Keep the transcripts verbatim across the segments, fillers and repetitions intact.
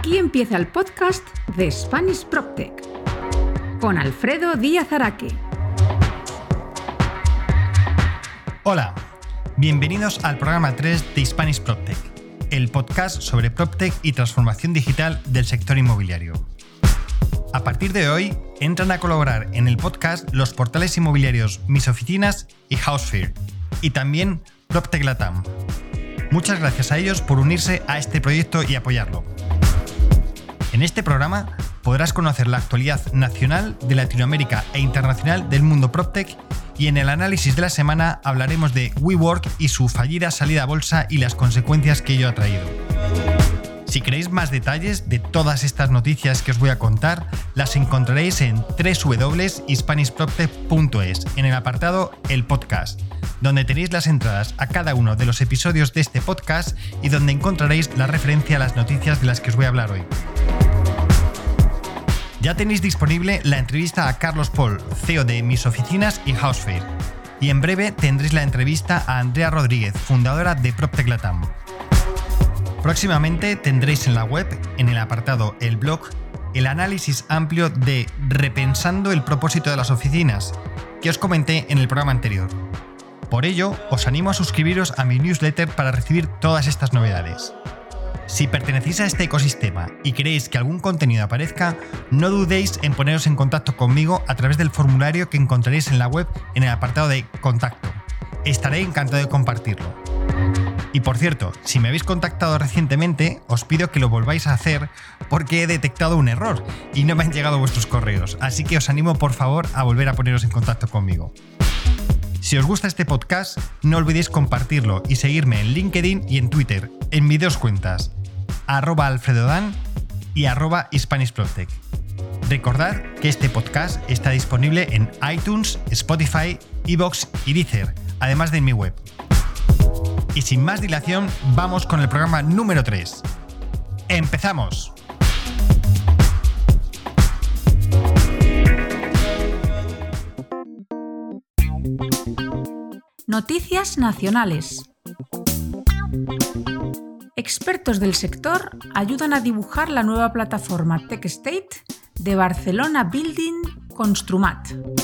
Aquí empieza el podcast de Spanish PropTech con Alfredo Díaz Araque. Hola, bienvenidos al programa tres de Spanish PropTech, el podcast sobre PropTech y transformación digital del sector inmobiliario. A partir de hoy, entran a colaborar en el podcast los portales inmobiliarios Mis Oficinas y Housefear, y también PropTech Latam. Muchas gracias a ellos por unirse a este proyecto y apoyarlo. En este programa podrás conocer la actualidad nacional de Latinoamérica e internacional del mundo PropTech, y en el análisis de la semana hablaremos de WeWork y su fallida salida a bolsa y las consecuencias que ello ha traído. Si queréis más detalles de todas estas noticias que os voy a contar, las encontraréis en doble u doble u doble u punto spanish proptech punto es, en el apartado El Podcast, donde tenéis las entradas a cada uno de los episodios de este podcast y donde encontraréis la referencia a las noticias de las que os voy a hablar hoy. Ya tenéis disponible la entrevista a Carlos Paul, C E O de Mis Oficinas y Housefear, y en breve tendréis la entrevista a Andrea Rodríguez, fundadora de PropTech Latam. Próximamente tendréis en la web, en el apartado El Blog, el análisis amplio de Repensando el propósito de las oficinas, que os comenté en el programa anterior. Por ello, os animo a suscribiros a mi newsletter para recibir todas estas novedades. Si pertenecéis a este ecosistema y queréis que algún contenido aparezca, no dudéis en poneros en contacto conmigo a través del formulario que encontraréis en la web en el apartado de Contacto. Estaré encantado de compartirlo. Y por cierto, si me habéis contactado recientemente, os pido que lo volváis a hacer porque he detectado un error y no me han llegado vuestros correos, así que os animo por favor a volver a poneros en contacto conmigo. Si os gusta este podcast, no olvidéis compartirlo y seguirme en LinkedIn y en Twitter, en mis dos cuentas, arroba alfredodan y arroba hispanishproptech. Recordad que este podcast está disponible en iTunes, Spotify, iVoox y Deezer, además de en mi web. Y sin más dilación, vamos con el programa número tres. ¡Empezamos! Noticias nacionales. Expertos del sector ayudan a dibujar la nueva plataforma TechState de Barcelona Building Construmat.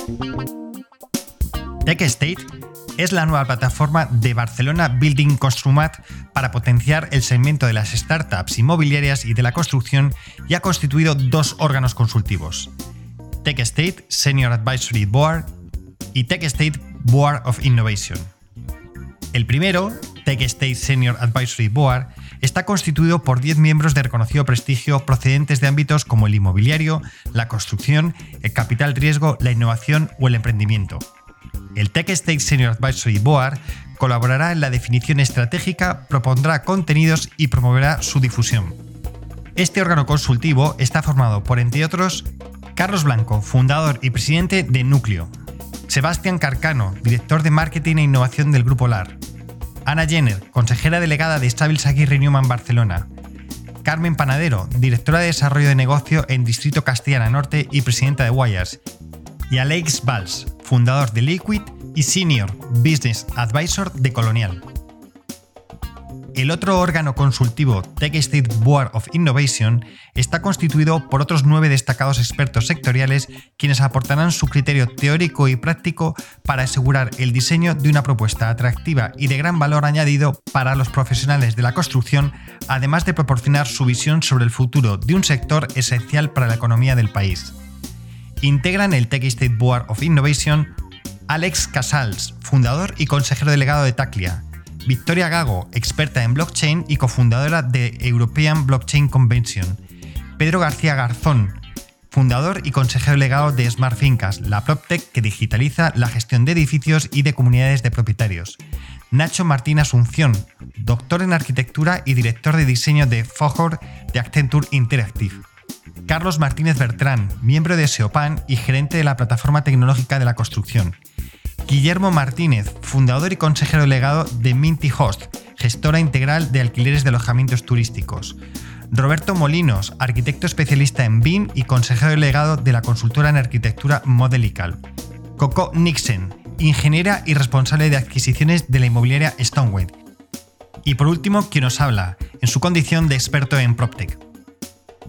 TechState es la nueva plataforma de Barcelona Building Construmat para potenciar el segmento de las startups inmobiliarias y de la construcción, y ha constituido dos órganos consultivos: TechState Senior Advisory Board y TechState Board of Innovation. El primero, TechState Senior Advisory Board, está constituido por diez miembros de reconocido prestigio procedentes de ámbitos como el inmobiliario, la construcción, el capital riesgo, la innovación o el emprendimiento. El TechState Senior Advisory Board colaborará en la definición estratégica, propondrá contenidos y promoverá su difusión. Este órgano consultivo está formado por, entre otros, Carlos Blanco, fundador y presidente de Núcleo; Sebastián Carcano, director de Marketing e Innovación del Grupo LAR; Ana Jenner, consejera delegada de Staples Aguirre Newman Barcelona; Carmen Panadero, directora de Desarrollo de Negocio en Distrito Castellana Norte y presidenta de Wires; y Alex Valls, fundador de Liquid y Senior Business Advisor de Colonial. El otro órgano consultivo, TechState Board of Innovation, está constituido por otros nueve destacados expertos sectoriales, quienes aportarán su criterio teórico y práctico para asegurar el diseño de una propuesta atractiva y de gran valor añadido para los profesionales de la construcción, además de proporcionar su visión sobre el futuro de un sector esencial para la economía del país. Integran el TechState Board of Innovation Alex Casals, fundador y consejero delegado de Taclia; Victoria Gago, experta en blockchain y cofundadora de European Blockchain Convention; Pedro García Garzón, fundador y consejero delegado de Smart Fincas, la PropTech que digitaliza la gestión de edificios y de comunidades de propietarios; Nacho Martín Asunción, doctor en arquitectura y director de diseño de Foghorn de Accenture Interactive; Carlos Martínez Bertrán, miembro de SEOPAN y gerente de la plataforma tecnológica de la construcción; Guillermo Martínez, fundador y consejero delegado de Minty Host, gestora integral de alquileres de alojamientos turísticos; Roberto Molinos, arquitecto especialista en B I M y consejero delegado de la consultora en arquitectura Modelical; Coco Nixon, ingeniera y responsable de adquisiciones de la inmobiliaria Stoneway; y por último, quien nos habla, en su condición de experto en PropTech.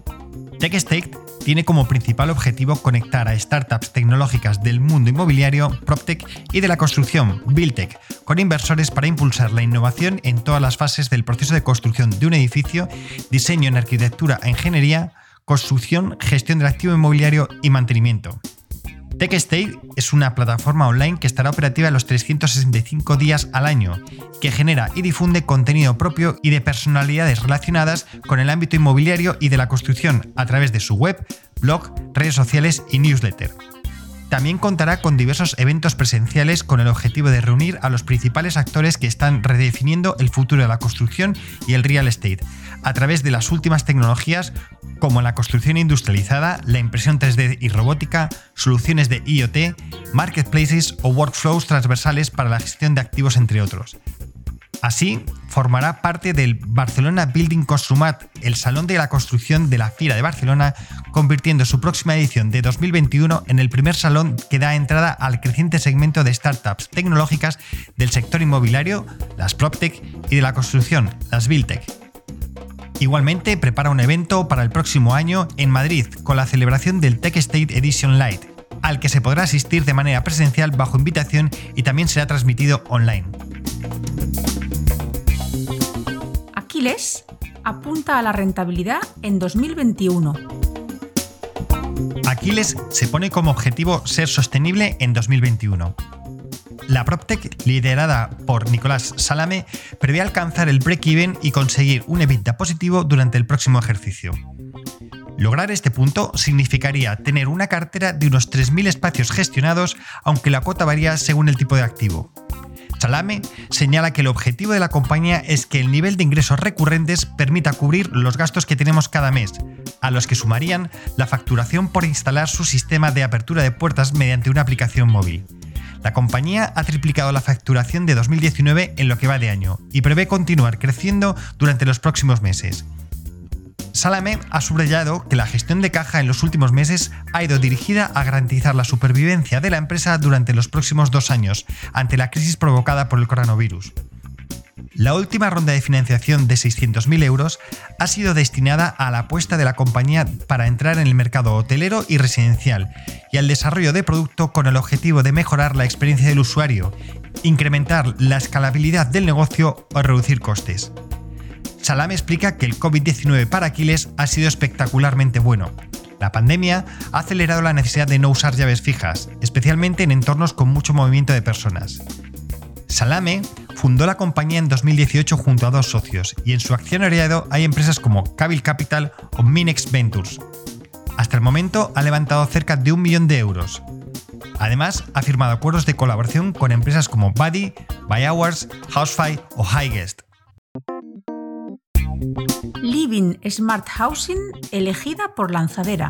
TechState tiene como principal objetivo conectar a startups tecnológicas del mundo inmobiliario, PropTech y de la construcción, BuildTech, con inversores para impulsar la innovación en todas las fases del proceso de construcción de un edificio, diseño en arquitectura e ingeniería, construcción, gestión del activo inmobiliario y mantenimiento. TechState es una plataforma online que estará operativa los trescientos sesenta y cinco días al año, que genera y difunde contenido propio y de personalidades relacionadas con el ámbito inmobiliario y de la construcción a través de su web, blog, redes sociales y newsletter. También contará con diversos eventos presenciales con el objetivo de reunir a los principales actores que están redefiniendo el futuro de la construcción y el real estate, a través de las últimas tecnologías como la construcción industrializada, la impresión tres D y robótica, soluciones de I o T, marketplaces o workflows transversales para la gestión de activos, entre otros. Así, formará parte del Barcelona Building Construmat, el salón de la construcción de la Fira de Barcelona, convirtiendo su próxima edición de dos mil veintiuno en el primer salón que da entrada al creciente segmento de startups tecnológicas del sector inmobiliario, las PropTech, y de la construcción, las BuildTech. Igualmente, prepara un evento para el próximo año en Madrid con la celebración del TechState Edition Light, al que se podrá asistir de manera presencial bajo invitación y también será transmitido online. Aquiles apunta a la rentabilidad en dos mil veintiuno. Aquiles se pone como objetivo ser sostenible en dos mil veintiuno. La PropTech, liderada por Nicolás Salame, prevé alcanzar el break-even y conseguir un EBITDA positivo durante el próximo ejercicio. Lograr este punto significaría tener una cartera de unos tres mil espacios gestionados, aunque la cuota varía según el tipo de activo. Salame señala que el objetivo de la compañía es que el nivel de ingresos recurrentes permita cubrir los gastos que tenemos cada mes, a los que sumarían la facturación por instalar su sistema de apertura de puertas mediante una aplicación móvil. La compañía ha triplicado la facturación de dos mil diecinueve en lo que va de año y prevé continuar creciendo durante los próximos meses. Salame ha subrayado que la gestión de caja en los últimos meses ha ido dirigida a garantizar la supervivencia de la empresa durante los próximos dos años, ante la crisis provocada por el coronavirus. La última ronda de financiación de seiscientos mil euros ha sido destinada a la apuesta de la compañía para entrar en el mercado hotelero y residencial y al desarrollo de producto con el objetivo de mejorar la experiencia del usuario, incrementar la escalabilidad del negocio o reducir costes. Salame explica que el covid diecinueve para Aquiles ha sido espectacularmente bueno. La pandemia ha acelerado la necesidad de no usar llaves fijas, especialmente en entornos con mucho movimiento de personas. Salame fundó la compañía en dos mil dieciocho junto a dos socios y en su accionariado hay empresas como Cabil Capital o Minex Ventures. Hasta el momento ha levantado cerca de un millón de euros. Además, ha firmado acuerdos de colaboración con empresas como Buddy, BuyHours, Housefy o Highguest. Living Smart Housing elegida por Lanzadera.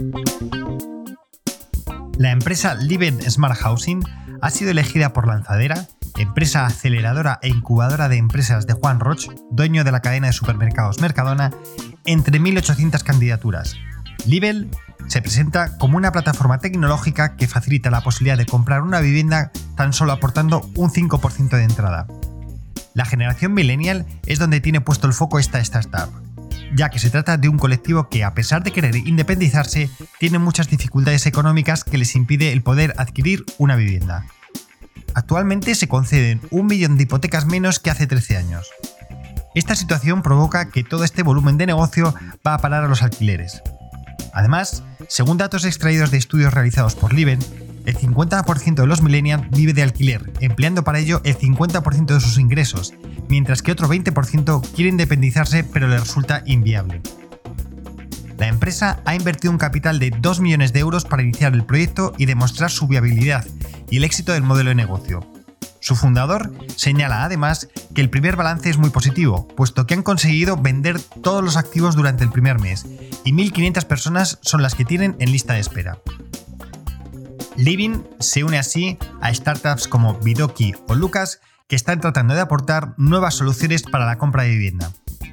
La empresa Living Smart Housing ha sido elegida por Lanzadera, empresa aceleradora e incubadora de empresas de Juan Roch, dueño de la cadena de supermercados Mercadona, entre mil ochocientas candidaturas. Living se presenta como una plataforma tecnológica que facilita la posibilidad de comprar una vivienda tan solo aportando un cinco por ciento de entrada. La generación millennial es donde tiene puesto el foco esta startup, ya que se trata de un colectivo que, a pesar de querer independizarse, tiene muchas dificultades económicas que les impide el poder adquirir una vivienda. Actualmente se conceden un millón de hipotecas menos que hace trece años. Esta situación provoca que todo este volumen de negocio va a parar a los alquileres. Además, según datos extraídos de estudios realizados por Living, el cincuenta por ciento de los millennials vive de alquiler, empleando para ello el cincuenta por ciento de sus ingresos, mientras que otro veinte por ciento quiere independizarse pero le resulta inviable. La empresa ha invertido un capital de dos millones de euros para iniciar el proyecto y demostrar su viabilidad y el éxito del modelo de negocio. Su fundador señala además que el primer balance es muy positivo, puesto que han conseguido vender todos los activos durante el primer mes y mil quinientas personas son las que tienen en lista de espera. Living se une así a startups como Bidoki o Lucas, que están tratando de aportar nuevas soluciones para la compra de vivienda.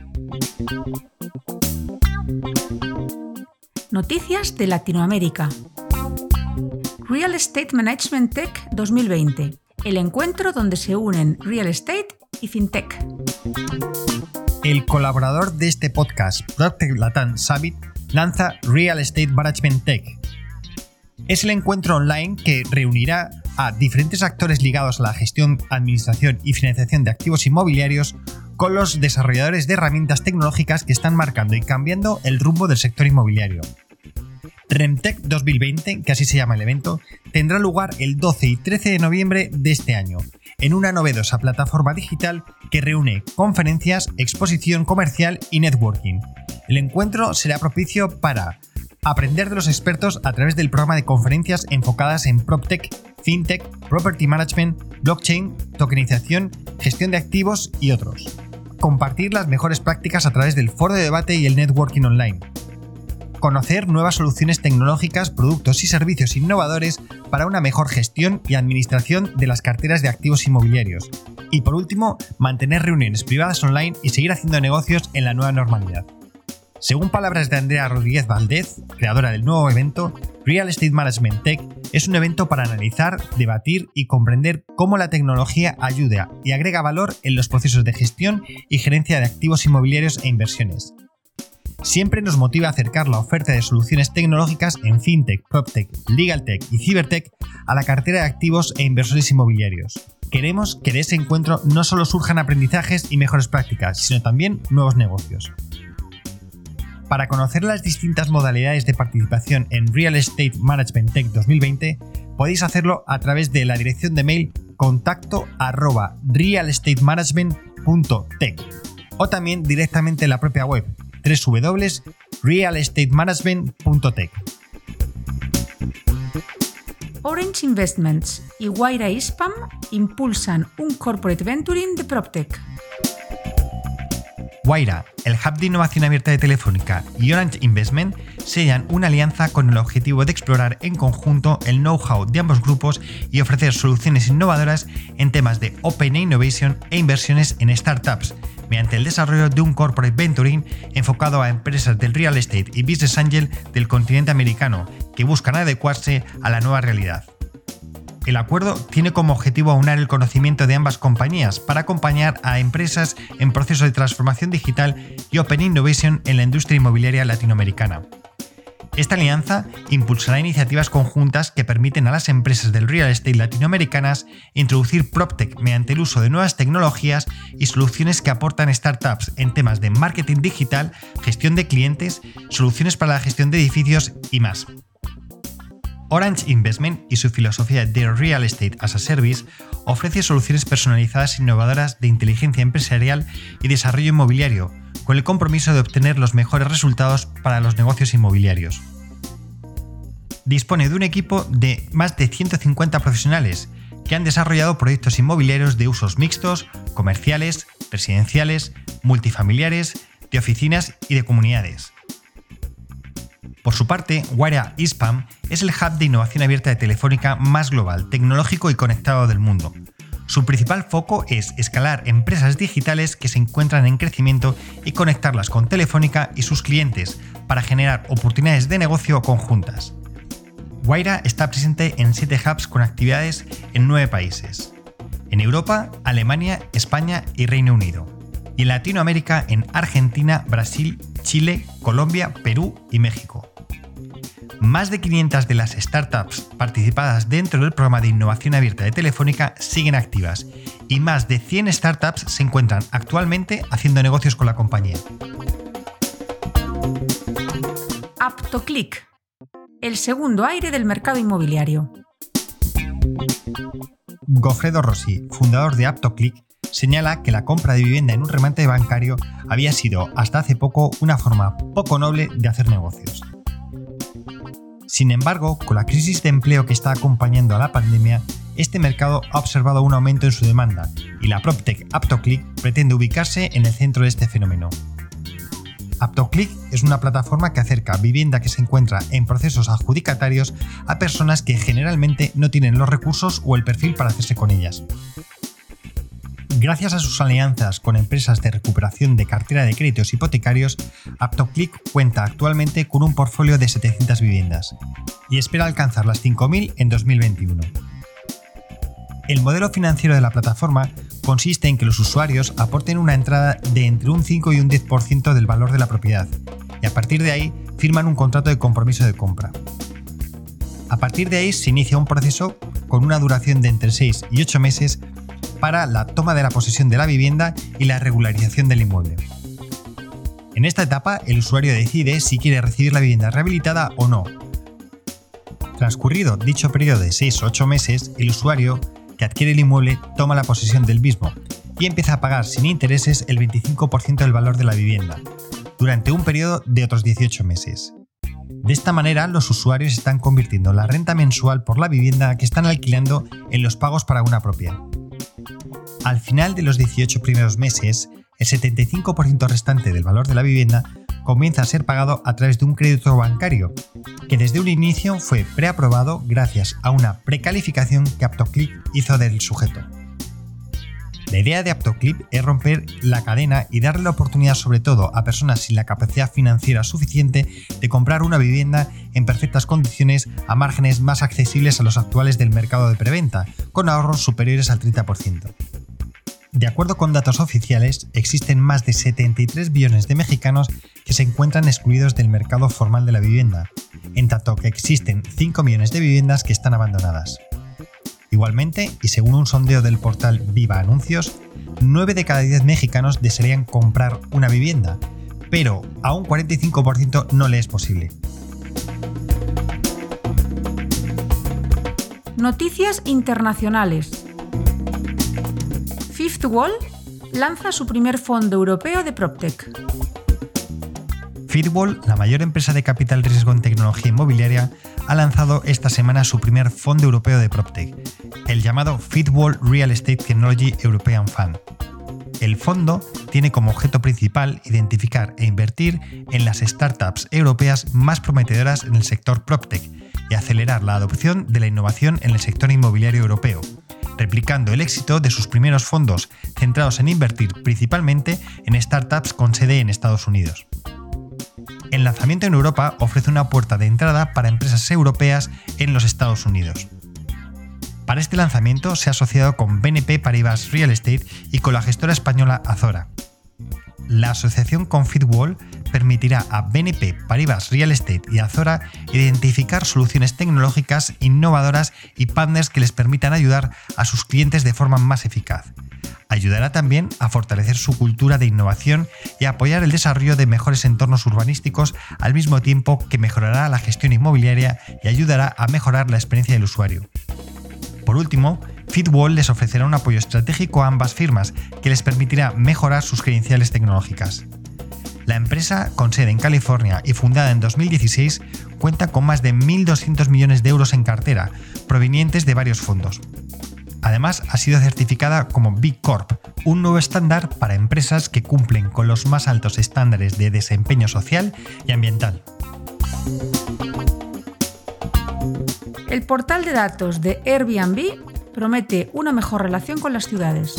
Noticias de Latinoamérica. Real Estate Management Tech dos mil veinte, el encuentro donde se unen Real Estate y FinTech. El colaborador de este podcast, PropTech Latam Summit, lanza Real Estate Management Tech. Es el encuentro online que reunirá a diferentes actores ligados a la gestión, administración y financiación de activos inmobiliarios con los desarrolladores de herramientas tecnológicas que están marcando y cambiando el rumbo del sector inmobiliario. REMTech dos mil veinte, que así se llama el evento, tendrá lugar el doce y trece de noviembre de este año, en una novedosa plataforma digital que reúne conferencias, exposición comercial y networking. El encuentro será propicio para aprender de los expertos a través del programa de conferencias enfocadas en PropTech, FinTech, Property Management, Blockchain, tokenización, gestión de activos y otros. Compartir las mejores prácticas a través del foro de debate y el networking online. Conocer nuevas soluciones tecnológicas, productos y servicios innovadores para una mejor gestión y administración de las carteras de activos inmobiliarios. Y por último, mantener reuniones privadas online y seguir haciendo negocios en la nueva normalidad. Según palabras de Andrea Rodríguez Valdez, creadora del nuevo evento, Real Estate Management Tech es un evento para analizar, debatir y comprender cómo la tecnología ayuda y agrega valor en los procesos de gestión y gerencia de activos inmobiliarios e inversiones. Siempre nos motiva a acercar la oferta de soluciones tecnológicas en FinTech, PropTech, LegalTech y CyberTech a la cartera de activos e inversores inmobiliarios. Queremos que de ese encuentro no solo surjan aprendizajes y mejores prácticas, sino también nuevos negocios. Para conocer las distintas modalidades de participación en Real Estate Management Tech dos mil veinte, podéis hacerlo a través de la dirección de mail contacto arroba realestatemanagement punto tech o también directamente en la propia web doble u doble u doble u punto real estate management punto tech. Orange Investments y Wayra ISPAM impulsan un corporate venturing de PropTech. Wayra, el hub de innovación abierta de Telefónica y Orange Investment sellan una alianza con el objetivo de explorar en conjunto el know-how de ambos grupos y ofrecer soluciones innovadoras en temas de Open Innovation e inversiones en startups, mediante el desarrollo de un corporate venturing enfocado a empresas del real estate y business angel del continente americano que buscan adecuarse a la nueva realidad. El acuerdo tiene como objetivo aunar el conocimiento de ambas compañías para acompañar a empresas en procesos de transformación digital y Open Innovation en la industria inmobiliaria latinoamericana. Esta alianza impulsará iniciativas conjuntas que permiten a las empresas del real estate latinoamericanas introducir PropTech mediante el uso de nuevas tecnologías y soluciones que aportan startups en temas de marketing digital, gestión de clientes, soluciones para la gestión de edificios y más. Orange Investment y su filosofía de Real Estate as a Service ofrece soluciones personalizadas e innovadoras de inteligencia empresarial y desarrollo inmobiliario, con el compromiso de obtener los mejores resultados para los negocios inmobiliarios. Dispone de un equipo de más de ciento cincuenta profesionales que han desarrollado proyectos inmobiliarios de usos mixtos, comerciales, residenciales, multifamiliares, de oficinas y de comunidades. Por su parte, Wayra ISPAM es el hub de innovación abierta de Telefónica más global, tecnológico y conectado del mundo. Su principal foco es escalar empresas digitales que se encuentran en crecimiento y conectarlas con Telefónica y sus clientes para generar oportunidades de negocio conjuntas. Wayra está presente en siete hubs con actividades en nueve países. En Europa, Alemania, España y Reino Unido. Y en Latinoamérica en Argentina, Brasil, Chile, Colombia, Perú y México. Más de quinientas de las startups participadas dentro del programa de innovación abierta de Telefónica siguen activas y más de cien startups se encuentran actualmente haciendo negocios con la compañía. AptoClick, el segundo aire del mercado inmobiliario. Goffredo Rossi, fundador de AptoClick, señala que la compra de vivienda en un remate bancario había sido hasta hace poco una forma poco noble de hacer negocios. Sin embargo, con la crisis de empleo que está acompañando a la pandemia, este mercado ha observado un aumento en su demanda y la PropTech AptoClick pretende ubicarse en el centro de este fenómeno. AptoClick es una plataforma que acerca vivienda que se encuentra en procesos adjudicatarios a personas que generalmente no tienen los recursos o el perfil para hacerse con ellas. Gracias a sus alianzas con empresas de recuperación de cartera de créditos hipotecarios, AptoClick cuenta actualmente con un portfolio de setecientas viviendas y espera alcanzar las cinco mil en dos mil veintiuno. El modelo financiero de la plataforma consiste en que los usuarios aporten una entrada de entre un cinco y un diez por ciento del valor de la propiedad y a partir de ahí firman un contrato de compromiso de compra. A partir de ahí se inicia un proceso con una duración de entre seis y ocho meses para la toma de la posesión de la vivienda y la regularización del inmueble. En esta etapa, el usuario decide si quiere recibir la vivienda rehabilitada o no. Transcurrido dicho periodo de seis o ocho meses, el usuario que adquiere el inmueble toma la posesión del mismo y empieza a pagar sin intereses el veinticinco por ciento del valor de la vivienda, durante un periodo de otros dieciocho meses. De esta manera, los usuarios están convirtiendo la renta mensual por la vivienda que están alquilando en los pagos para una propia. Al final de los dieciocho primeros meses, el setenta y cinco por ciento restante del valor de la vivienda comienza a ser pagado a través de un crédito bancario, que desde un inicio fue preaprobado gracias a una precalificación que Aptoclip hizo del sujeto. La idea de Aptoclip es romper la cadena y darle la oportunidad sobre todo a personas sin la capacidad financiera suficiente de comprar una vivienda en perfectas condiciones a márgenes más accesibles a los actuales del mercado de preventa, con ahorros superiores al treinta por ciento. De acuerdo con datos oficiales, existen más de setenta y tres millones de mexicanos que se encuentran excluidos del mercado formal de la vivienda, en tanto que existen cinco millones de viviendas que están abandonadas. Igualmente, y según un sondeo del portal Viva Anuncios, nueve de cada diez mexicanos desearían comprar una vivienda, pero a un cuarenta y cinco por ciento no le es posible. Noticias internacionales. Fifth Wall lanza su primer fondo europeo de PropTech. Fifth Wall, la mayor empresa de capital riesgo en tecnología inmobiliaria, ha lanzado esta semana su primer fondo europeo de PropTech, el llamado Fifth Wall Real Estate Technology European Fund. El fondo tiene como objeto principal identificar e invertir en las startups europeas más prometedoras en el sector PropTech y acelerar la adopción de la innovación en el sector inmobiliario europeo, replicando el éxito de sus primeros fondos centrados en invertir principalmente en startups con sede en Estados Unidos. El lanzamiento en Europa ofrece una puerta de entrada para empresas europeas en los Estados Unidos. Para este lanzamiento se ha asociado con B N P Paribas Real Estate y con la gestora española Azora. La asociación con Fifth Wall permitirá a B N P Paribas Real Estate y Azora identificar soluciones tecnológicas innovadoras y partners que les permitan ayudar a sus clientes de forma más eficaz. Ayudará también a fortalecer su cultura de innovación y a apoyar el desarrollo de mejores entornos urbanísticos, al mismo tiempo que mejorará la gestión inmobiliaria y ayudará a mejorar la experiencia del usuario. Por último, Fifth Wall les ofrecerá un apoyo estratégico a ambas firmas que les permitirá mejorar sus credenciales tecnológicas. La empresa, con sede en California y fundada en dos mil dieciséis, cuenta con más de mil doscientos millones de euros en cartera, provenientes de varios fondos. Además, ha sido certificada como B Corp, un nuevo estándar para empresas que cumplen con los más altos estándares de desempeño social y ambiental. El portal de datos de Airbnb promete una mejor relación con las ciudades.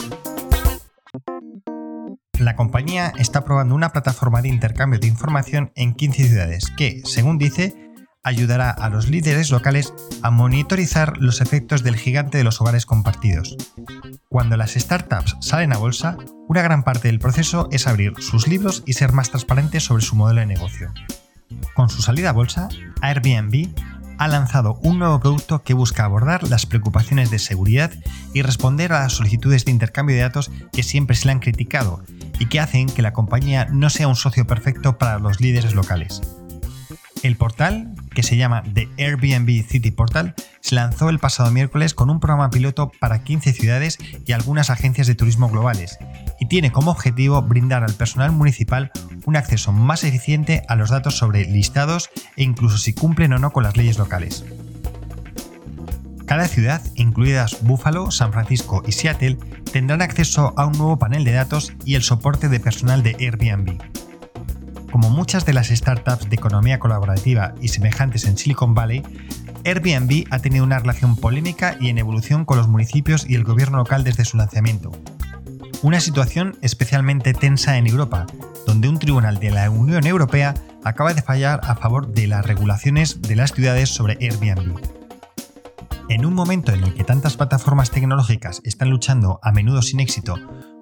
La compañía está probando una plataforma de intercambio de información en quince ciudades que, según dice, ayudará a los líderes locales a monitorizar los efectos del gigante de los hogares compartidos. Cuando las startups salen a bolsa, una gran parte del proceso es abrir sus libros y ser más transparentes sobre su modelo de negocio. Con su salida a bolsa, Airbnb ha lanzado un nuevo producto que busca abordar las preocupaciones de seguridad y responder a las solicitudes de intercambio de datos que siempre se le han criticado y que hacen que la compañía no sea un socio perfecto para los líderes locales. El portal, que se llama The Airbnb City Portal, se lanzó el pasado miércoles con un programa piloto para quince ciudades y algunas agencias de turismo globales, y tiene como objetivo brindar al personal municipal un acceso más eficiente a los datos sobre listados e incluso si cumplen o no con las leyes locales. Cada ciudad, incluidas Buffalo, San Francisco y Seattle, tendrán acceso a un nuevo panel de datos y el soporte de personal de Airbnb. Como muchas de las startups de economía colaborativa y semejantes en Silicon Valley, Airbnb ha tenido una relación polémica y en evolución con los municipios y el gobierno local desde su lanzamiento. Una situación especialmente tensa en Europa, donde un tribunal de la Unión Europea acaba de fallar a favor de las regulaciones de las ciudades sobre Airbnb. En un momento en el que tantas plataformas tecnológicas están luchando, a menudo sin éxito,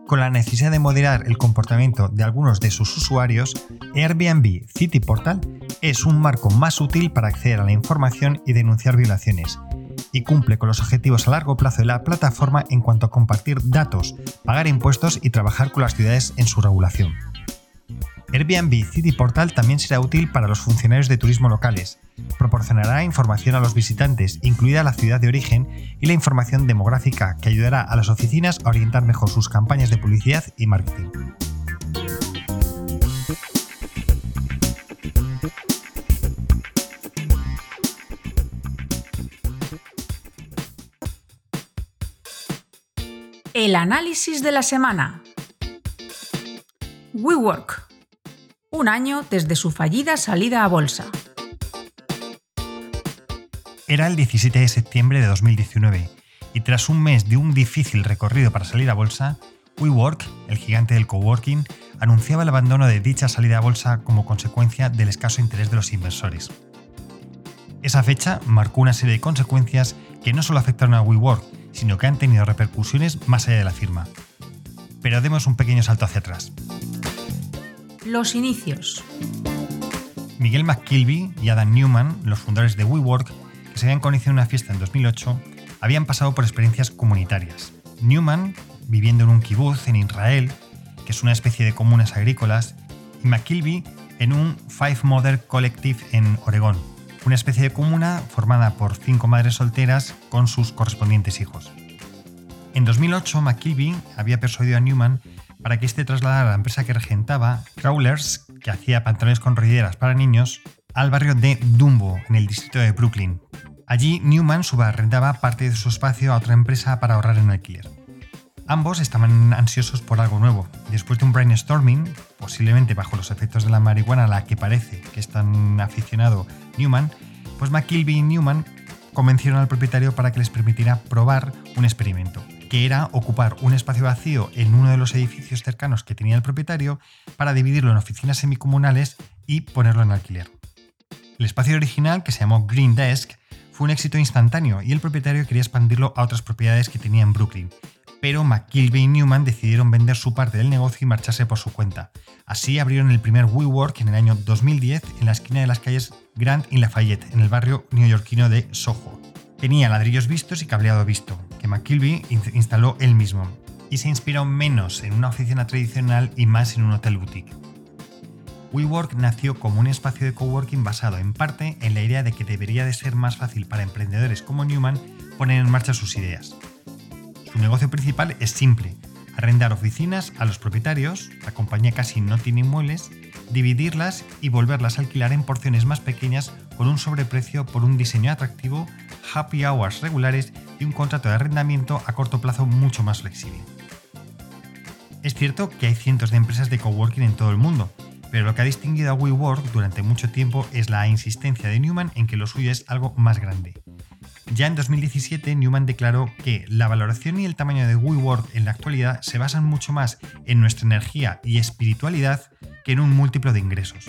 Con la necesidad de moderar el comportamiento de algunos de sus usuarios, Airbnb City Portal es un marco más útil para acceder a la información y denunciar violaciones, y cumple con los objetivos a largo plazo de la plataforma en cuanto a compartir datos, pagar impuestos y trabajar con las ciudades en su regulación. Airbnb City Portal también será útil para los funcionarios de turismo locales. Proporcionará información a los visitantes, incluida la ciudad de origen y la información demográfica, que ayudará a las oficinas a orientar mejor sus campañas de publicidad y marketing. El análisis de la semana. WeWork. Un año desde su fallida salida a bolsa. Era el diecisiete de septiembre de dos mil diecinueve y tras un mes de un difícil recorrido para salir a bolsa, WeWork, el gigante del coworking, anunciaba el abandono de dicha salida a bolsa como consecuencia del escaso interés de los inversores. Esa fecha marcó una serie de consecuencias que no solo afectaron a WeWork, sino que han tenido repercusiones más allá de la firma. Pero demos un pequeño salto hacia atrás. Los inicios. Miguel McKilby y Adam Neumann, los fundadores de WeWork, que se habían conocido en una fiesta en dos mil ocho, habían pasado por experiencias comunitarias. Neumann, viviendo en un kibutz en Israel, que es una especie de comunas agrícolas, y McKilby en un Five Mother Collective en Oregón, una especie de comuna formada por cinco madres solteras con sus correspondientes hijos. En dos mil ocho, McKilby había persuadido a Neumann para que éste trasladara a la empresa que regentaba, Crawlers, que hacía pantalones con rodilleras para niños, al barrio de Dumbo, en el distrito de Brooklyn. Allí, Neumann subarrendaba parte de su espacio a otra empresa para ahorrar en alquiler. Ambos estaban ansiosos por algo nuevo. Después de un brainstorming, posiblemente bajo los efectos de la marihuana a la que parece que es tan aficionado Neumann, pues McKilby y Neumann convencieron al propietario para que les permitiera probar un experimento, que era ocupar un espacio vacío en uno de los edificios cercanos que tenía el propietario para dividirlo en oficinas semicomunales y ponerlo en alquiler. El espacio original, que se llamó Green Desk, fue un éxito instantáneo y el propietario quería expandirlo a otras propiedades que tenía en Brooklyn, pero McKilby y Neumann decidieron vender su parte del negocio y marcharse por su cuenta. Así abrieron el primer WeWork en el año dos mil diez en la esquina de las calles Grant y Lafayette, en el barrio neoyorquino de Soho. Tenía ladrillos vistos y cableado visto, que McKilby instaló él mismo, y se inspiró menos en una oficina tradicional y más en un hotel boutique. WeWork nació como un espacio de coworking basado en parte en la idea de que debería de ser más fácil para emprendedores como Neumann poner en marcha sus ideas. Su negocio principal es simple: arrendar oficinas a los propietarios, la compañía casi no tiene inmuebles, dividirlas y volverlas a alquilar en porciones más pequeñas con un sobreprecio por un diseño atractivo, happy hours regulares y un contrato de arrendamiento a corto plazo mucho más flexible. Es cierto que hay cientos de empresas de coworking en todo el mundo, pero lo que ha distinguido a WeWork durante mucho tiempo es la insistencia de Neumann en que lo suyo es algo más grande. Ya en dos mil diecisiete, Neumann declaró que la valoración y el tamaño de WeWork en la actualidad se basan mucho más en nuestra energía y espiritualidad que en un múltiplo de ingresos.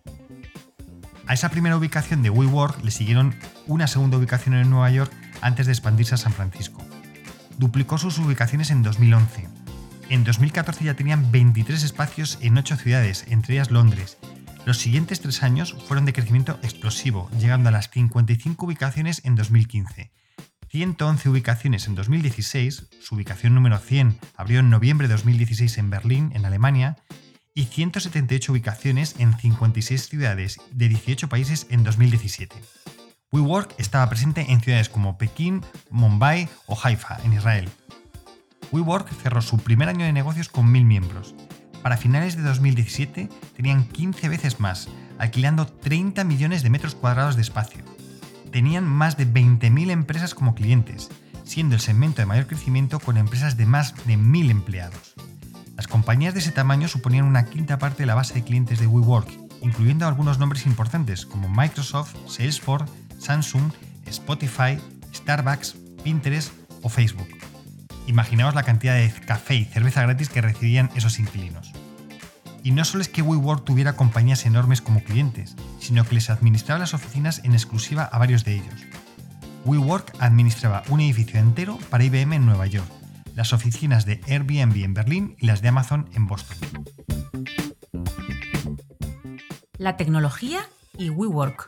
A esa primera ubicación de WeWork le siguieron una segunda ubicación en Nueva York antes de expandirse a San Francisco. Duplicó sus ubicaciones en dos mil once. En dos mil catorce ya tenían veintitrés espacios en ocho ciudades, entre ellas Londres. Los siguientes tres años fueron de crecimiento explosivo, llegando a las cincuenta y cinco ubicaciones en dos mil quince, ciento once ubicaciones en dos mil dieciséis, su ubicación número cien abrió en noviembre de dos mil dieciséis en Berlín, en Alemania, y ciento setenta y ocho ubicaciones en cincuenta y seis ciudades de dieciocho países en dos mil diecisiete. WeWork estaba presente en ciudades como Pekín, Mumbai o Haifa, en Israel. WeWork cerró su primer año de negocios con mil miembros. Para finales de dos mil diecisiete tenían quince veces más, alquilando treinta millones de metros cuadrados de espacio. Tenían más de veinte mil empresas como clientes, siendo el segmento de mayor crecimiento con empresas de más de mil empleados. Las compañías de ese tamaño suponían una quinta parte de la base de clientes de WeWork, incluyendo algunos nombres importantes como Microsoft, Salesforce, Samsung, Spotify, Starbucks, Pinterest o Facebook. Imaginaos la cantidad de café y cerveza gratis que recibían esos inquilinos. Y no solo es que WeWork tuviera compañías enormes como clientes, sino que les administraba las oficinas en exclusiva a varios de ellos. WeWork administraba un edificio entero para I B M en Nueva York, las oficinas de Airbnb en Berlín y las de Amazon en Boston. La tecnología y WeWork.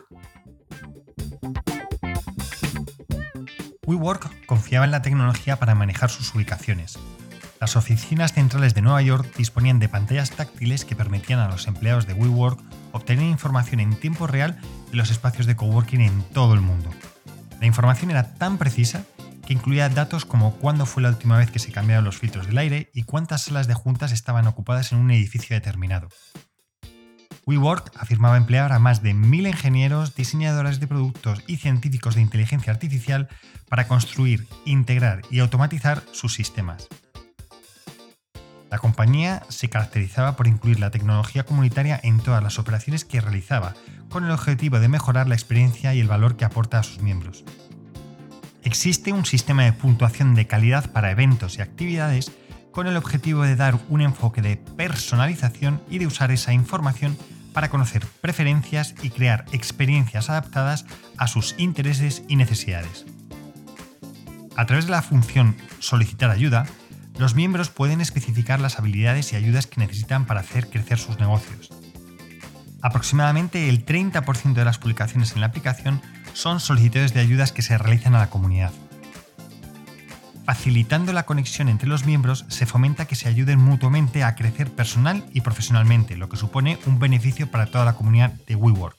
WeWork confiaba en la tecnología para manejar sus ubicaciones. Las oficinas centrales de Nueva York disponían de pantallas táctiles que permitían a los empleados de WeWork obtener información en tiempo real de los espacios de coworking en todo el mundo. La información era tan precisa que incluía datos como cuándo fue la última vez que se cambiaron los filtros del aire y cuántas salas de juntas estaban ocupadas en un edificio determinado. WeWork afirmaba emplear a más de mil ingenieros, diseñadores de productos y científicos de inteligencia artificial para construir, integrar y automatizar sus sistemas. La compañía se caracterizaba por incluir la tecnología comunitaria en todas las operaciones que realizaba, con el objetivo de mejorar la experiencia y el valor que aporta a sus miembros. Existe un sistema de puntuación de calidad para eventos y actividades con el objetivo de dar un enfoque de personalización y de usar esa información para conocer preferencias y crear experiencias adaptadas a sus intereses y necesidades. A través de la función Solicitar ayuda, los miembros pueden especificar las habilidades y ayudas que necesitan para hacer crecer sus negocios. Aproximadamente el treinta por ciento de las publicaciones en la aplicación son solicitudes de ayudas que se realizan a la comunidad. Facilitando la conexión entre los miembros, se fomenta que se ayuden mutuamente a crecer personal y profesionalmente, lo que supone un beneficio para toda la comunidad de WeWork.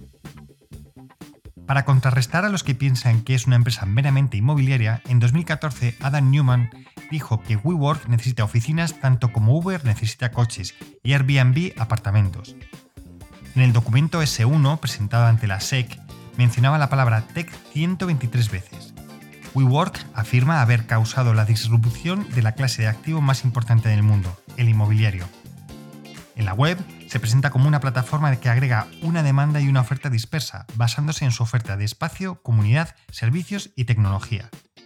Para contrarrestar a los que piensan que es una empresa meramente inmobiliaria, en dos mil catorce Adam Neumann dijo que WeWork necesita oficinas tanto como Uber necesita coches y Airbnb apartamentos. En el documento ese uno presentado ante la S E C mencionaba la palabra tech ciento veintitrés veces. WeWork afirma haber causado la disrupción de la clase de activo más importante del mundo, el inmobiliario. En la web se presenta como una plataforma que agrega una demanda y una oferta dispersa, basándose en su oferta de espacio, comunidad, servicios y tecnología.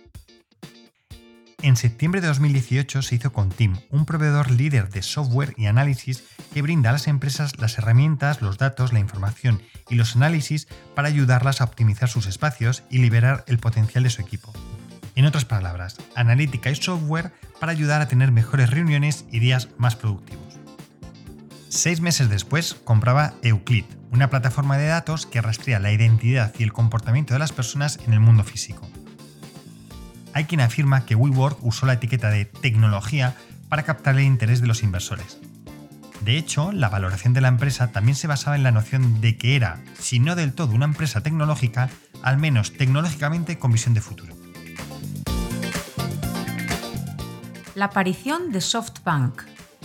En septiembre de dos mil dieciocho se hizo con Team, un proveedor líder de software y análisis que brinda a las empresas las herramientas, los datos, la información y los análisis para ayudarlas a optimizar sus espacios y liberar el potencial de su equipo. En otras palabras, analítica y software para ayudar a tener mejores reuniones y días más productivos. Seis meses después compraba Euclid, una plataforma de datos que rastrea la identidad y el comportamiento de las personas en el mundo físico. Hay quien afirma que WeWork usó la etiqueta de tecnología para captar el interés de los inversores. De hecho, la valoración de la empresa también se basaba en la noción de que era, si no del todo una empresa tecnológica, al menos tecnológicamente con visión de futuro. La aparición de SoftBank.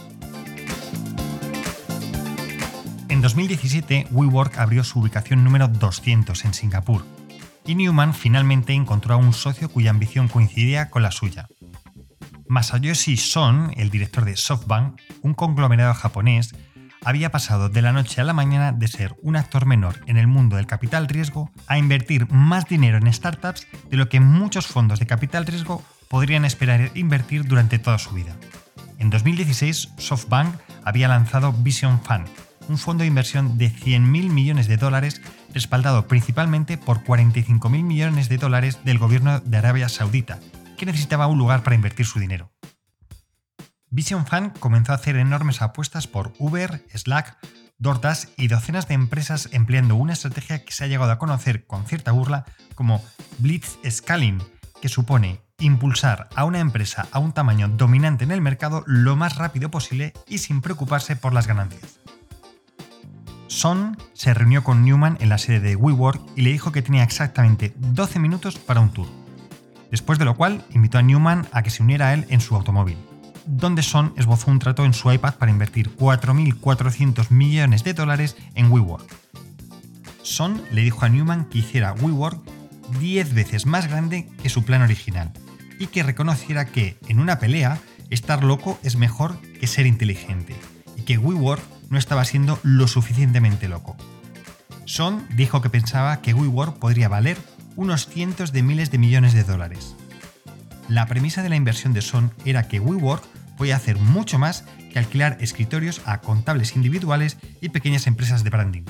En dos mil diecisiete, WeWork abrió su ubicación número doscientos en Singapur, y Neumann finalmente encontró a un socio cuya ambición coincidía con la suya. Masayoshi Son, el director de SoftBank, un conglomerado japonés, había pasado de la noche a la mañana de ser un actor menor en el mundo del capital riesgo a invertir más dinero en startups de lo que muchos fondos de capital riesgo podrían esperar invertir durante toda su vida. En dos mil dieciséis, SoftBank había lanzado Vision Fund, un fondo de inversión de cien mil millones de dólares respaldado principalmente por cuarenta y cinco mil millones de dólares del gobierno de Arabia Saudita, que necesitaba un lugar para invertir su dinero. Vision Fund comenzó a hacer enormes apuestas por Uber, Slack, DoorDash y docenas de empresas empleando una estrategia que se ha llegado a conocer con cierta burla como Blitzscaling, que supone impulsar a una empresa a un tamaño dominante en el mercado lo más rápido posible y sin preocuparse por las ganancias. Son se reunió con Neumann en la sede de WeWork y le dijo que tenía exactamente doce minutos para un tour. Después de lo cual invitó a Neumann a que se uniera a él en su automóvil, donde Son esbozó un trato en su iPad para invertir cuatro mil cuatrocientos millones de dólares en WeWork. Son le dijo a Neumann que hiciera WeWork diez veces más grande que su plan original y que reconociera que, en una pelea, estar loco es mejor que ser inteligente y que WeWork no estaba siendo lo suficientemente loco. Son dijo que pensaba que WeWork podría valer unos cientos de miles de millones de dólares. La premisa de la inversión de Son era que WeWork podía hacer mucho más que alquilar escritorios a contables individuales y pequeñas empresas de branding.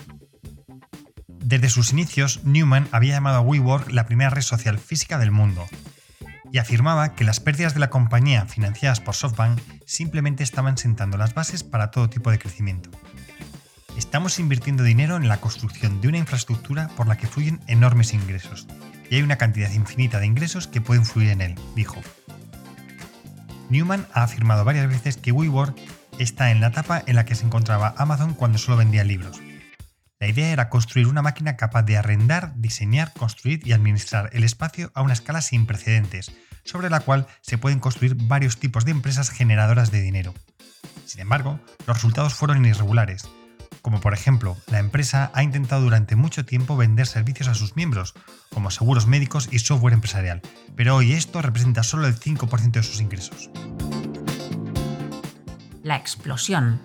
Desde sus inicios, Neumann había llamado a WeWork la primera red social física del mundo. y afirmaba que las pérdidas de la compañía financiadas por SoftBank simplemente estaban sentando las bases para todo tipo de crecimiento. Estamos invirtiendo dinero en la construcción de una infraestructura por la que fluyen enormes ingresos, y hay una cantidad infinita de ingresos que pueden fluir en él, dijo. Newman ha afirmado varias veces que WeWork está en la etapa en la que se encontraba Amazon cuando solo vendía libros. La idea era construir una máquina capaz de arrendar, diseñar, construir y administrar el espacio a una escala sin precedentes, sobre la cual se pueden construir varios tipos de empresas generadoras de dinero. Sin embargo, los resultados fueron irregulares, como por ejemplo, la empresa ha intentado durante mucho tiempo vender servicios a sus miembros, como seguros médicos y software empresarial, pero hoy esto representa solo el cinco por ciento de sus ingresos. La explosión.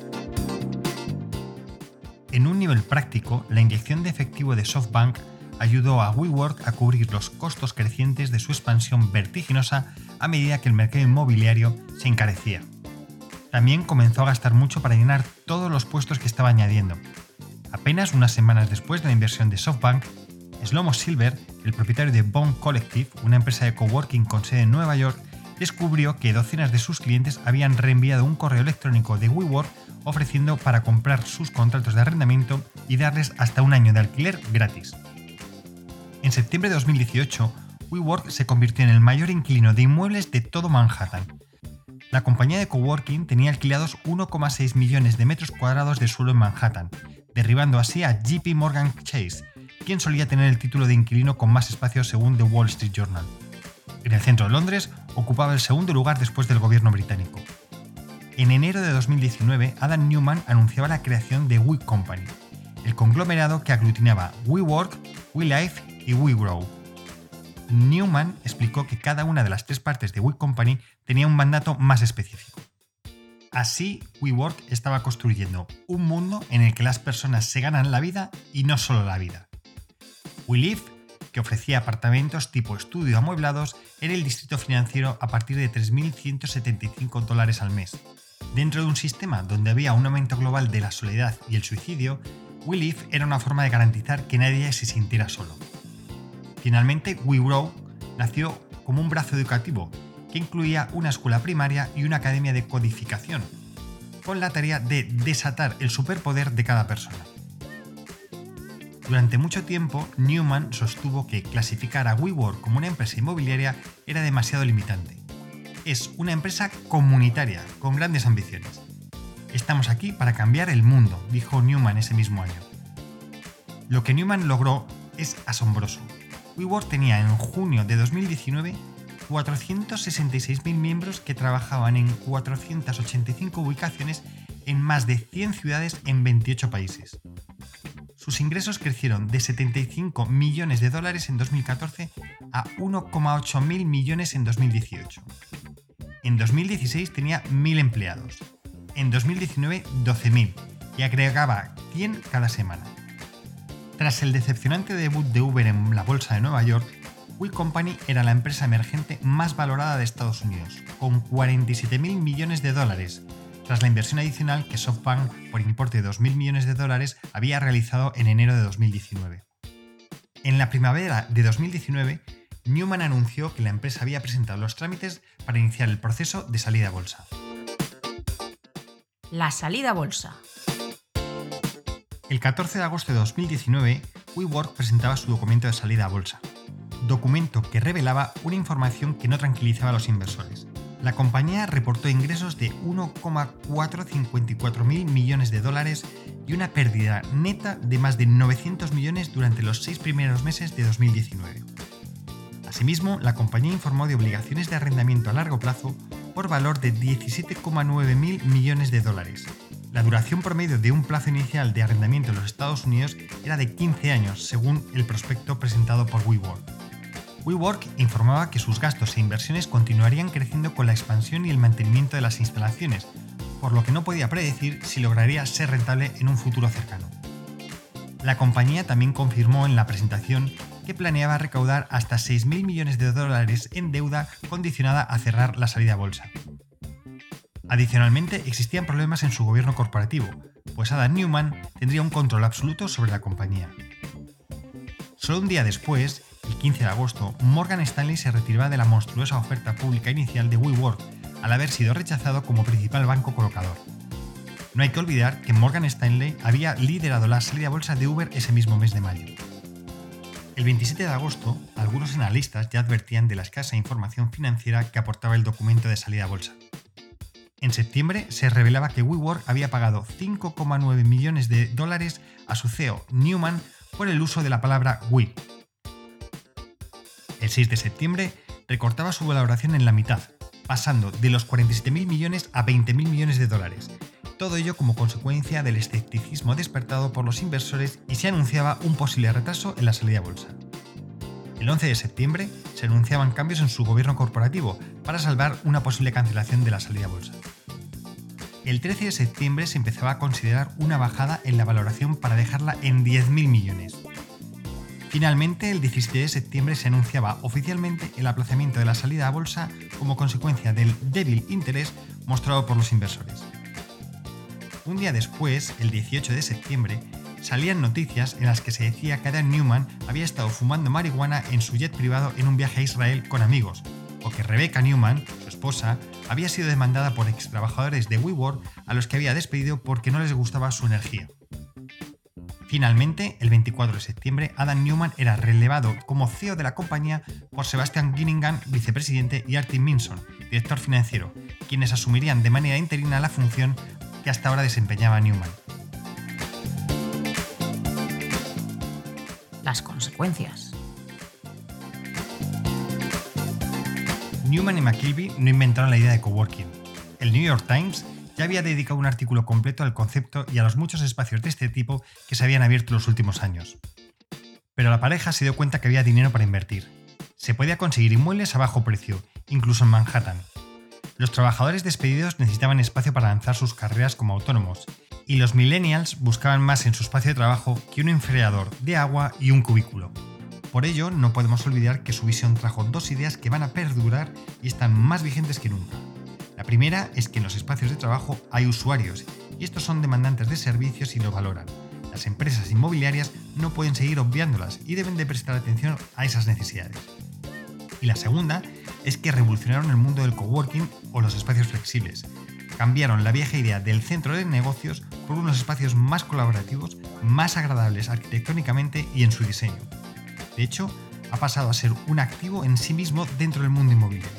En un nivel práctico, la inyección de efectivo de SoftBank ayudó a WeWork a cubrir los costos crecientes de su expansión vertiginosa a medida que el mercado inmobiliario se encarecía. También comenzó a gastar mucho para llenar todos los puestos que estaba añadiendo. Apenas unas semanas después de la inversión de SoftBank, Shlomo Silver, el propietario de Bond Collective, una empresa de coworking con sede en Nueva York, descubrió que docenas de sus clientes habían reenviado un correo electrónico de WeWork ofreciendo para comprar sus contratos de arrendamiento y darles hasta un año de alquiler gratis. En septiembre de dos mil dieciocho, WeWork se convirtió en el mayor inquilino de inmuebles de todo Manhattan. La compañía de coworking tenía alquilados uno coma seis millones de metros cuadrados de suelo en Manhattan, derribando así a J P Morgan Chase, quien solía tener el título de inquilino con más espacio según The Wall Street Journal. En el centro de Londres ocupaba el segundo lugar después del gobierno británico. En enero de dos mil diecinueve, Adam Neumann anunciaba la creación de We Company, el conglomerado que aglutinaba WeWork, WeLife y WeGrow. Neumann explicó que cada una de las tres partes de We Company tenía un mandato más específico. Así, WeWork estaba construyendo un mundo en el que las personas se ganan la vida y no solo la vida. WeLive, que ofrecía apartamentos tipo estudio amueblados, era el distrito financiero a partir de tres mil ciento setenta y cinco dólares al mes. Dentro de un sistema donde había un aumento global de la soledad y el suicidio, WeLive era una forma de garantizar que nadie se sintiera solo. Finalmente, WeGrow nació como un brazo educativo que incluía una escuela primaria y una academia de codificación, con la tarea de desatar el superpoder de cada persona. Durante mucho tiempo, Neumann sostuvo que clasificar a WeWork como una empresa inmobiliaria era demasiado limitante. Es una empresa comunitaria, con grandes ambiciones. Estamos aquí para cambiar el mundo, dijo Neumann ese mismo año. Lo que Neumann logró es asombroso. WeWork tenía en junio de dos mil diecinueve cuatrocientos sesenta y seis mil miembros que trabajaban en cuatrocientas ochenta y cinco ubicaciones en más de cien ciudades en veintiocho países. Sus ingresos crecieron de setenta y cinco millones de dólares en dos mil catorce a uno coma ocho mil millones en dos mil dieciocho. En dos mil dieciséis tenía mil empleados, en dos mil diecinueve doce mil y agregaba cien cada semana. Tras el decepcionante debut de Uber en la bolsa de Nueva York, We Company era la empresa emergente más valorada de Estados Unidos, con cuarenta y siete mil millones de dólares, tras la inversión adicional que SoftBank, por importe de dos mil millones de dólares, había realizado en enero de dos mil diecinueve. En la primavera de dos mil diecinueve, Neumann anunció que la empresa había presentado los trámites para iniciar el proceso de salida a bolsa. La salida a bolsa. El catorce de agosto de dos mil diecinueve, WeWork presentaba su documento de salida a bolsa, documento que revelaba una información que no tranquilizaba a los inversores. La compañía reportó ingresos de uno coma cuatrocientos cincuenta y cuatro mil millones de dólares y una pérdida neta de más de novecientos millones durante los seis primeros meses de dos mil diecinueve. Asimismo, la compañía informó de obligaciones de arrendamiento a largo plazo por valor de diecisiete coma nueve mil millones de dólares. La duración promedio de un plazo inicial de arrendamiento en los Estados Unidos era de quince años, según el prospecto presentado por WeWork. WeWork informaba que sus gastos e inversiones continuarían creciendo con la expansión y el mantenimiento de las instalaciones, por lo que no podía predecir si lograría ser rentable en un futuro cercano. La compañía también confirmó en la presentación que planeaba recaudar hasta seis mil millones de dólares en deuda condicionada a cerrar la salida a bolsa. Adicionalmente, existían problemas en su gobierno corporativo, pues Adam Neumann tendría un control absoluto sobre la compañía. Solo un día después, el quince de agosto, Morgan Stanley se retiraba de la monstruosa oferta pública inicial de WeWork al haber sido rechazado como principal banco colocador. No hay que olvidar que Morgan Stanley había liderado la salida a bolsa de Uber ese mismo mes de mayo. El veintisiete de agosto, algunos analistas ya advertían de la escasa información financiera que aportaba el documento de salida a bolsa. En septiembre se revelaba que WeWork había pagado cinco coma nueve millones de dólares a su C E O Newman por el uso de la palabra We. El seis de septiembre recortaba su valoración en la mitad, pasando de los cuarenta y siete mil millones a veinte mil millones de dólares. Todo ello como consecuencia del escepticismo despertado por los inversores y se anunciaba un posible retraso en la salida a bolsa. El once de septiembre se anunciaban cambios en su gobierno corporativo para salvar una posible cancelación de la salida a bolsa. El trece de septiembre se empezaba a considerar una bajada en la valoración para dejarla en diez mil millones. Finalmente, el diecisiete de septiembre se anunciaba oficialmente el aplazamiento de la salida a bolsa como consecuencia del débil interés mostrado por los inversores. Un día después, el dieciocho de septiembre, salían noticias en las que se decía que Adam Newman había estado fumando marihuana en su jet privado en un viaje a Israel con amigos, o que Rebecca Newman, su esposa, había sido demandada por ex trabajadores de WeWork a los que había despedido porque no les gustaba su energía. Finalmente, el veinticuatro de septiembre, Adam Newman era relevado como C E O de la compañía por Sebastian Ginningan, vicepresidente, y Artin Minson, director financiero, quienes asumirían de manera interina la función que hasta ahora desempeñaba Newman. Las consecuencias. Newman y McKelvey no inventaron la idea de coworking. El New York Times ya había dedicado un artículo completo al concepto y a los muchos espacios de este tipo que se habían abierto en los últimos años. Pero la pareja se dio cuenta que había dinero para invertir. Se podía conseguir inmuebles a bajo precio, incluso en Manhattan. Los trabajadores despedidos necesitaban espacio para lanzar sus carreras como autónomos, y los millennials buscaban más en su espacio de trabajo que un enfriador de agua y un cubículo. Por ello, no podemos olvidar que su visión trajo dos ideas que van a perdurar y están más vigentes que nunca. La primera es que en los espacios de trabajo hay usuarios, y estos son demandantes de servicios y lo valoran. Las empresas inmobiliarias no pueden seguir obviándolas y deben de prestar atención a esas necesidades. Y la segunda es que revolucionaron el mundo del coworking o los espacios flexibles. Cambiaron la vieja idea del centro de negocios por unos espacios más colaborativos, más agradables arquitectónicamente y en su diseño. De hecho, ha pasado a ser un activo en sí mismo dentro del mundo inmobiliario.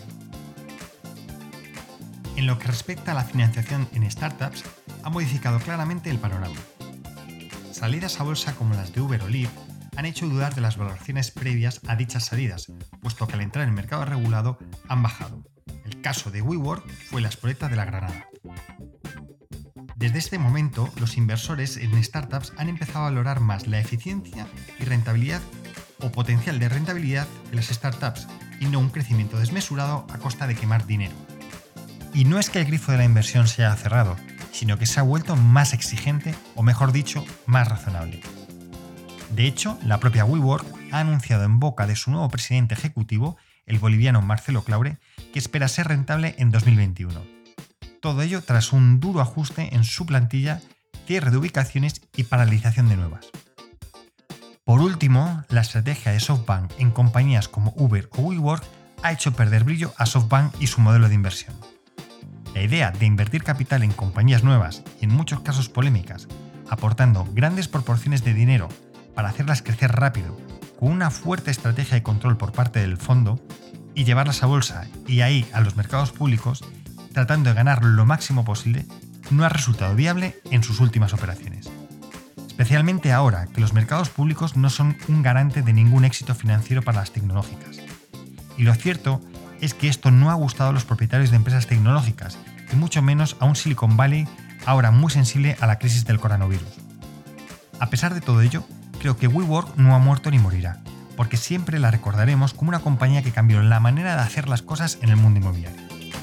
En lo que respecta a la financiación en startups, ha modificado claramente el panorama. Salidas a bolsa como las de Uber o Lyft han hecho dudar de las valoraciones previas a dichas salidas, puesto que al entrar en el mercado regulado han bajado. El caso de WeWork fue la espoleta de la granada. Desde este momento, los inversores en startups han empezado a valorar más la eficiencia y rentabilidad o potencial de rentabilidad de las startups y no un crecimiento desmesurado a costa de quemar dinero. Y no es que el grifo de la inversión se haya cerrado, sino que se ha vuelto más exigente, o mejor dicho, más razonable. De hecho, la propia WeWork ha anunciado en boca de su nuevo presidente ejecutivo, el boliviano Marcelo Claure, que espera ser rentable en dos mil veintiuno. Todo ello tras un duro ajuste en su plantilla, cierre de ubicaciones y paralización de nuevas. Por último, la estrategia de SoftBank en compañías como Uber o WeWork ha hecho perder brillo a SoftBank y su modelo de inversión. La idea de invertir capital en compañías nuevas y en muchos casos polémicas, aportando grandes proporciones de dinero para hacerlas crecer rápido, con una fuerte estrategia de control por parte del fondo, y llevarlas a bolsa y ahí a los mercados públicos, tratando de ganar lo máximo posible, no ha resultado viable en sus últimas operaciones. Especialmente ahora que los mercados públicos no son un garante de ningún éxito financiero para las tecnológicas. Y lo cierto es que esto no ha gustado a los propietarios de empresas tecnológicas, y mucho menos a un Silicon Valley ahora muy sensible a la crisis del coronavirus. A pesar de todo ello, creo que WeWork no ha muerto ni morirá, porque siempre la recordaremos como una compañía que cambió la manera de hacer las cosas en el mundo inmobiliario.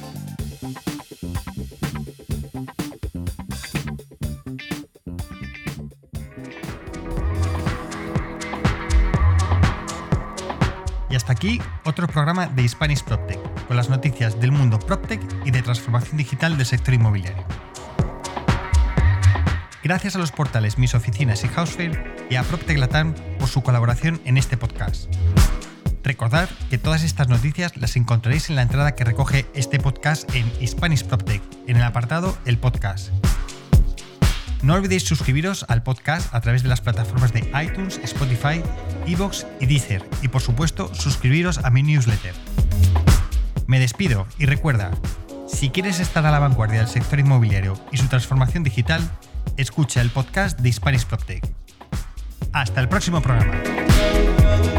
Y hasta aquí otro programa de Spanish PropTech, con las noticias del mundo PropTech y de transformación digital del sector inmobiliario. Gracias a los portales Mis Oficinas y Housefire y a PropTech Latam por su colaboración en este podcast. Recordad que todas estas noticias las encontraréis en la entrada que recoge este podcast en Spanish PropTech, en el apartado El Podcast. No olvidéis suscribiros al podcast a través de las plataformas de iTunes, Spotify, iVoox y Deezer, y por supuesto suscribiros a mi newsletter. Me despido y recuerda, si quieres estar a la vanguardia del sector inmobiliario y su transformación digital, escucha el podcast de Spanish PropTech. Hasta el próximo programa.